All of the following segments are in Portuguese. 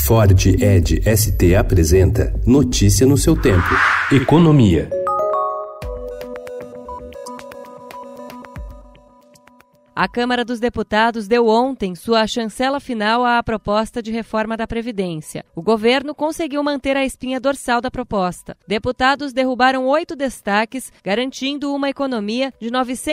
Ford Edge ST apresenta Notícia no seu tempo. Economia. A Câmara dos Deputados deu ontem sua chancela final à proposta de reforma da Previdência. O governo conseguiu manter a espinha dorsal da proposta. Deputados derrubaram 8 destaques, garantindo uma economia de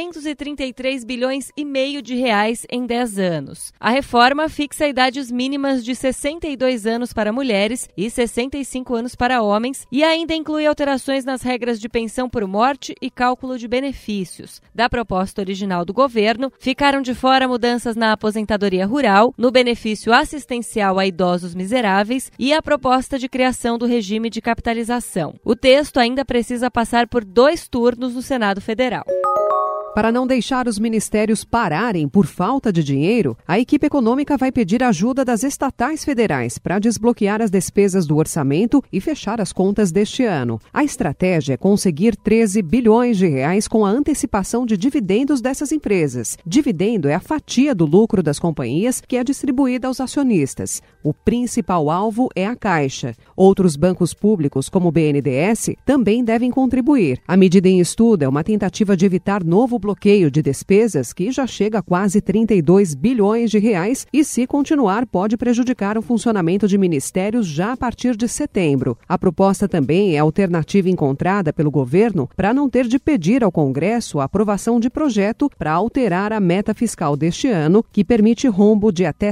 933 bilhões e meio de reais em 10 anos. A reforma fixa idades mínimas de 62 anos para mulheres e 65 anos para homens e ainda inclui alterações nas regras de pensão por morte e cálculo de benefícios. Da proposta original do governo, ficaram de fora mudanças na aposentadoria rural, no benefício assistencial a idosos miseráveis e a proposta de criação do regime de capitalização. O texto ainda precisa passar por 2 turnos no Senado Federal. Para não deixar os ministérios pararem por falta de dinheiro, a equipe econômica vai pedir ajuda das estatais federais para desbloquear as despesas do orçamento e fechar as contas deste ano. A estratégia é conseguir 13 bilhões de reais com a antecipação de dividendos dessas empresas. Dividendo é a fatia do lucro das companhias que é distribuída aos acionistas. O principal alvo é a Caixa. Outros bancos públicos, como o BNDES, também devem contribuir. A medida em estudo é uma tentativa de evitar novo bloqueio de despesas que já chega a quase 32 bilhões de reais e, se continuar, pode prejudicar o funcionamento de ministérios já a partir de setembro. A proposta também é a alternativa encontrada pelo governo para não ter de pedir ao Congresso a aprovação de projeto para alterar a meta fiscal deste ano, que permite rombo de até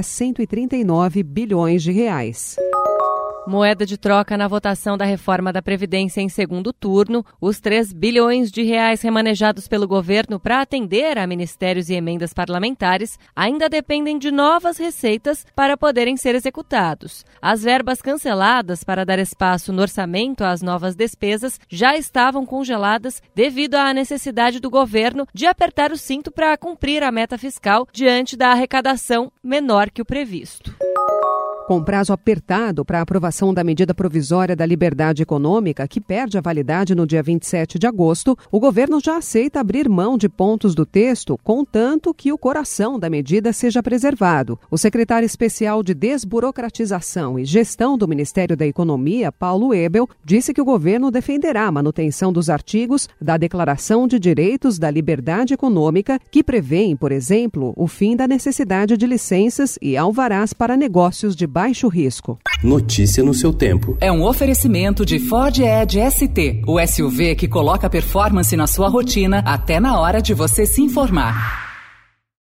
139 bilhões de reais. Moeda de troca na votação da reforma da Previdência em segundo turno, os 3 bilhões de reais remanejados pelo governo para atender a ministérios e emendas parlamentares ainda dependem de novas receitas para poderem ser executados. As verbas canceladas para dar espaço no orçamento às novas despesas já estavam congeladas devido à necessidade do governo de apertar o cinto para cumprir a meta fiscal diante da arrecadação menor que o previsto. Com prazo apertado para a aprovação da medida provisória da liberdade econômica, que perde a validade no dia 27 de agosto, o governo já aceita abrir mão de pontos do texto, contanto que o coração da medida seja preservado. O secretário especial de Desburocratização e Gestão do Ministério da Economia, Paulo Ebel, disse que o governo defenderá a manutenção dos artigos da Declaração de Direitos da Liberdade Econômica, que prevêem, por exemplo, o fim da necessidade de licenças e alvarás para negócios de baixo risco. Notícia no seu tempo. É um oferecimento de Ford Edge ST, o SUV que coloca performance na sua rotina até na hora de você se informar.